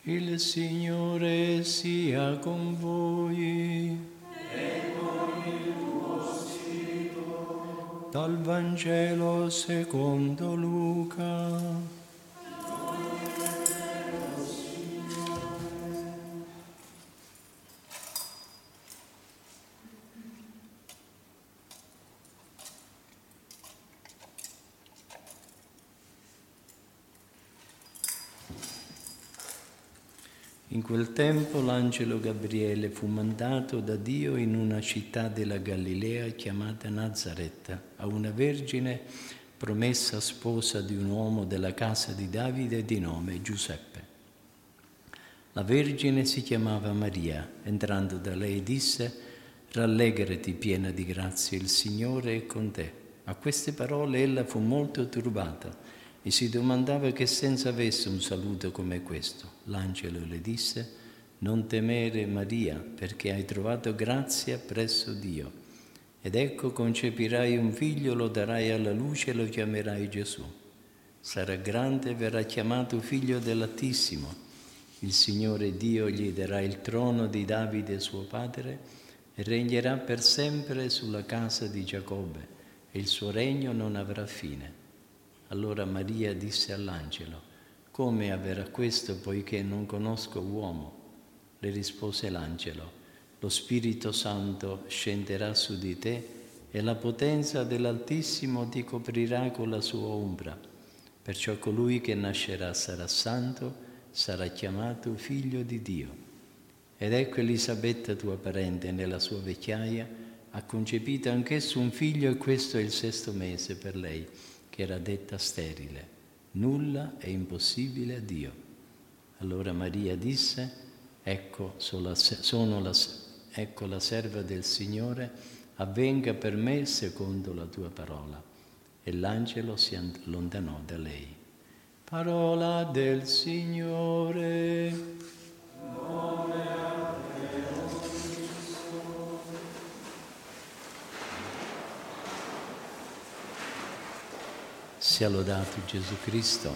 Il Signore sia con voi. E con il tuo spirito. Dal Vangelo secondo Luca. In quel tempo l'angelo Gabriele fu mandato da Dio in una città della Galilea chiamata Nazareth, a una vergine promessa sposa di un uomo della casa di Davide di nome Giuseppe. La vergine si chiamava Maria. Entrando da lei disse: «Rallegrati piena di grazia, il Signore è con te». A queste parole ella fu molto turbata e si domandava che senso avesse un saluto come questo. L'angelo le disse: «Non temere, Maria, perché hai trovato grazia presso Dio. Ed ecco, concepirai un figlio, lo darai alla luce e lo chiamerai Gesù. Sarà grande e verrà chiamato figlio dell'Altissimo. Il Signore Dio gli darà il trono di Davide suo padre e regnerà per sempre sulla casa di Giacobbe e il suo regno non avrà fine». Allora Maria disse all'angelo: «Come avverrà questo poiché non conosco uomo?» Le rispose l'angelo: «Lo Spirito Santo scenderà su di te e la potenza dell'Altissimo ti coprirà con la sua ombra. Perciò colui che nascerà sarà santo, sarà chiamato figlio di Dio. Ed ecco Elisabetta tua parente nella sua vecchiaia ha concepito anch'esso un figlio e questo è il 6° mese per lei, che era detta sterile. Nulla è impossibile a Dio». Allora Maria disse: ecco la serva del Signore, avvenga per me secondo la tua parola. E l'angelo si allontanò da lei. Parola del Signore. Lode a te, o Cristo. Sia lodato Gesù Cristo.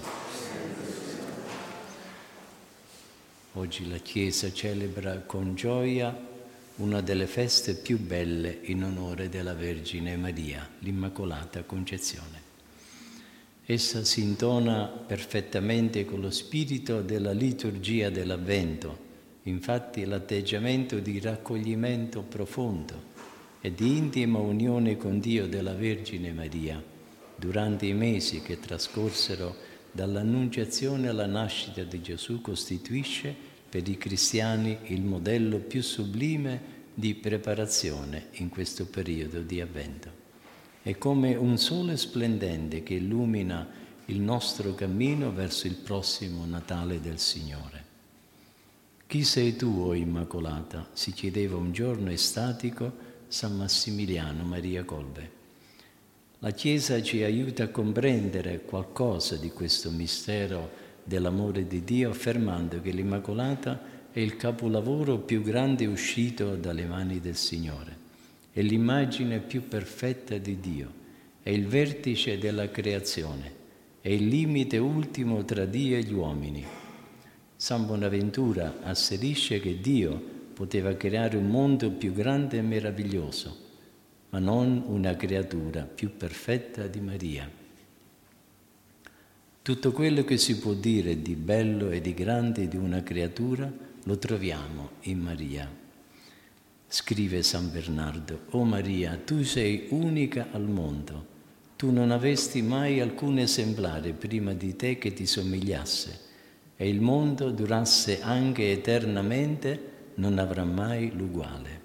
Oggi la Chiesa celebra con gioia una delle feste più belle in onore della Vergine Maria, l'Immacolata Concezione. Essa si intona perfettamente con lo spirito della liturgia dell'Avvento, infatti l'atteggiamento di raccoglimento profondo e di intima unione con Dio della Vergine Maria durante i mesi che trascorsero dall'Annunciazione alla nascita di Gesù costituisce per i cristiani il modello più sublime di preparazione in questo periodo di Avvento. È come un sole splendente che illumina il nostro cammino verso il prossimo Natale del Signore. «Chi sei tu, o Immacolata?» si chiedeva un giorno estatico San Massimiliano Maria Kolbe. La Chiesa ci aiuta a comprendere qualcosa di questo mistero dell'amore di Dio, affermando che l'Immacolata è il capolavoro più grande uscito dalle mani del Signore. È l'immagine più perfetta di Dio, è il vertice della creazione, è il limite ultimo tra Dio e gli uomini. San Bonaventura asserisce che Dio poteva creare un mondo più grande e meraviglioso, ma non una creatura più perfetta di Maria. Tutto quello che si può dire di bello e di grande di una creatura lo troviamo in Maria. Scrive San Bernardo: «O Maria, tu sei unica al mondo. Tu non avesti mai alcun esemplare prima di te che ti somigliasse, e il mondo durasse anche eternamente, non avrà mai l'uguale».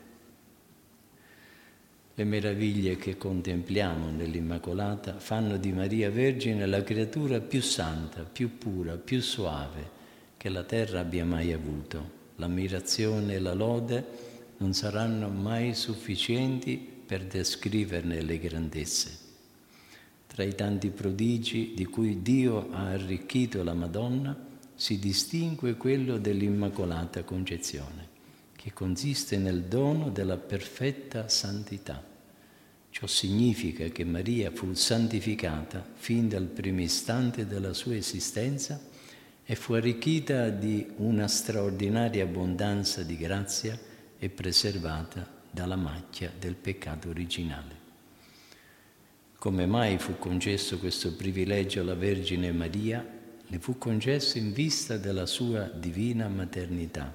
Le meraviglie che contempliamo nell'Immacolata fanno di Maria Vergine la creatura più santa, più pura, più suave che la terra abbia mai avuto. L'ammirazione e la lode non saranno mai sufficienti per descriverne le grandezze. Tra i tanti prodigi di cui Dio ha arricchito la Madonna si distingue quello dell'Immacolata Concezione, che consiste nel dono della perfetta santità. Ciò significa che Maria fu santificata fin dal primo istante della sua esistenza e fu arricchita di una straordinaria abbondanza di grazia e preservata dalla macchia del peccato originale. Come mai fu concesso questo privilegio alla Vergine Maria? Le fu concesso in vista della sua divina maternità.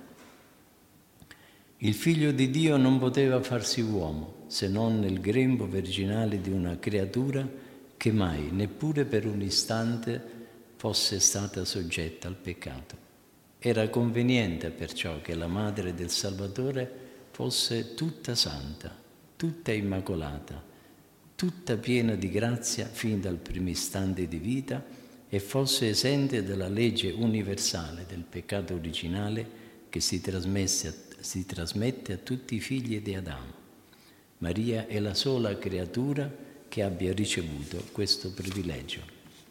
Il Figlio di Dio non poteva farsi uomo se non nel grembo virginale di una creatura che mai, neppure per un istante, fosse stata soggetta al peccato. Era conveniente perciò che la madre del Salvatore fosse tutta santa, tutta immacolata, tutta piena di grazia fin dal primo istante di vita e fosse esente dalla legge universale del peccato originale che si trasmette a tutti i figli di Adamo. Maria è la sola creatura che abbia ricevuto questo privilegio.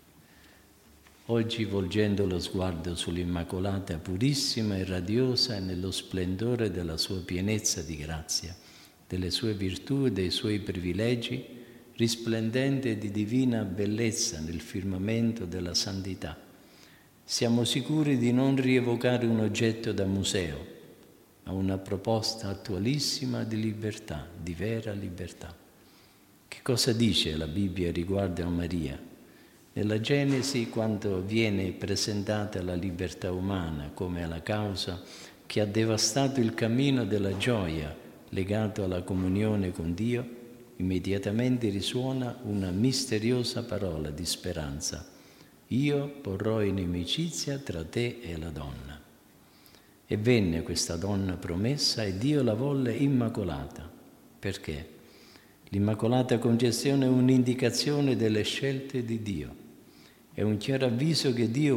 Oggi, volgendo lo sguardo sull'Immacolata purissima e radiosa nello splendore della sua pienezza di grazia, delle sue virtù e dei suoi privilegi, risplendente di divina bellezza nel firmamento della santità, siamo sicuri di non rievocare un oggetto da museo, ma una proposta attualissima di libertà, di vera libertà. Che cosa dice la Bibbia riguardo a Maria? Nella Genesi, quando viene presentata la libertà umana come la causa che ha devastato il cammino della gioia legato alla comunione con Dio, immediatamente risuona una misteriosa parola di speranza. Io porrò inimicizia tra te e la donna. E venne questa donna promessa e Dio la volle immacolata. Perché? L'Immacolata Concezione è un'indicazione delle scelte di Dio. È un chiaro avviso che Dio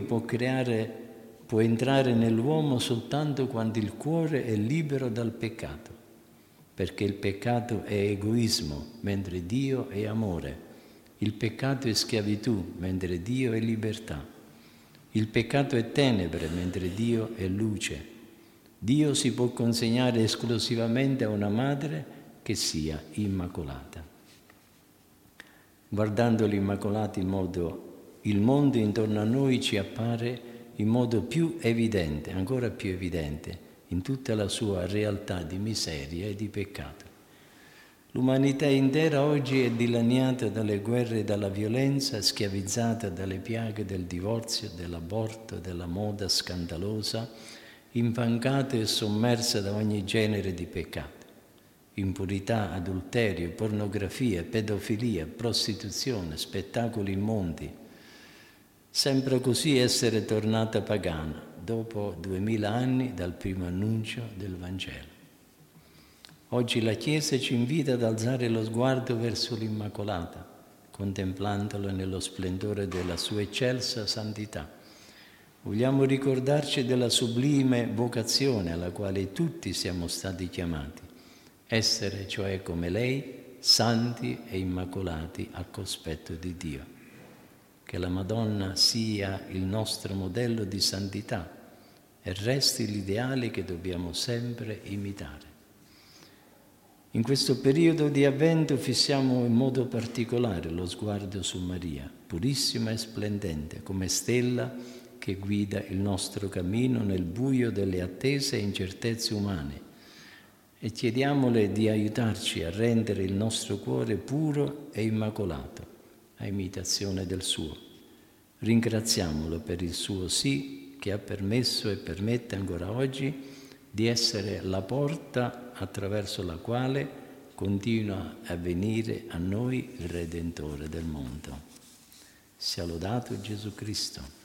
può entrare nell'uomo soltanto quando il cuore è libero dal peccato, perché il peccato è egoismo, mentre Dio è amore. Il peccato è schiavitù, mentre Dio è libertà. Il peccato è tenebre, mentre Dio è luce. Dio si può consegnare esclusivamente a una madre che sia immacolata. Guardando l'Immacolata il mondo intorno a noi ci appare in modo più evidente, ancora più evidente, in tutta la sua realtà di miseria e di peccato. L'umanità intera oggi è dilaniata dalle guerre e dalla violenza, schiavizzata dalle piaghe del divorzio, dell'aborto, della moda scandalosa, infancata e sommersa da ogni genere di peccato. Impurità, adulterio, pornografia, pedofilia, prostituzione, spettacoli immondi. Sembra così essere tornata pagana, dopo 2000 anni dal primo annuncio del Vangelo. Oggi la Chiesa ci invita ad alzare lo sguardo verso l'Immacolata, contemplandola nello splendore della sua eccelsa santità. Vogliamo ricordarci della sublime vocazione alla quale tutti siamo stati chiamati, essere cioè come lei, santi e immacolati al cospetto di Dio. Che la Madonna sia il nostro modello di santità e resti l'ideale che dobbiamo sempre imitare. In questo periodo di Avvento fissiamo in modo particolare lo sguardo su Maria, purissima e splendente, come stella che guida il nostro cammino nel buio delle attese e incertezze umane, e chiediamole di aiutarci a rendere il nostro cuore puro e immacolato, a imitazione del suo. Ringraziamolo per il suo sì che ha permesso e permette ancora oggi di essere la porta attraverso la quale continua a venire a noi il Redentore del mondo. Sia lodato Gesù Cristo.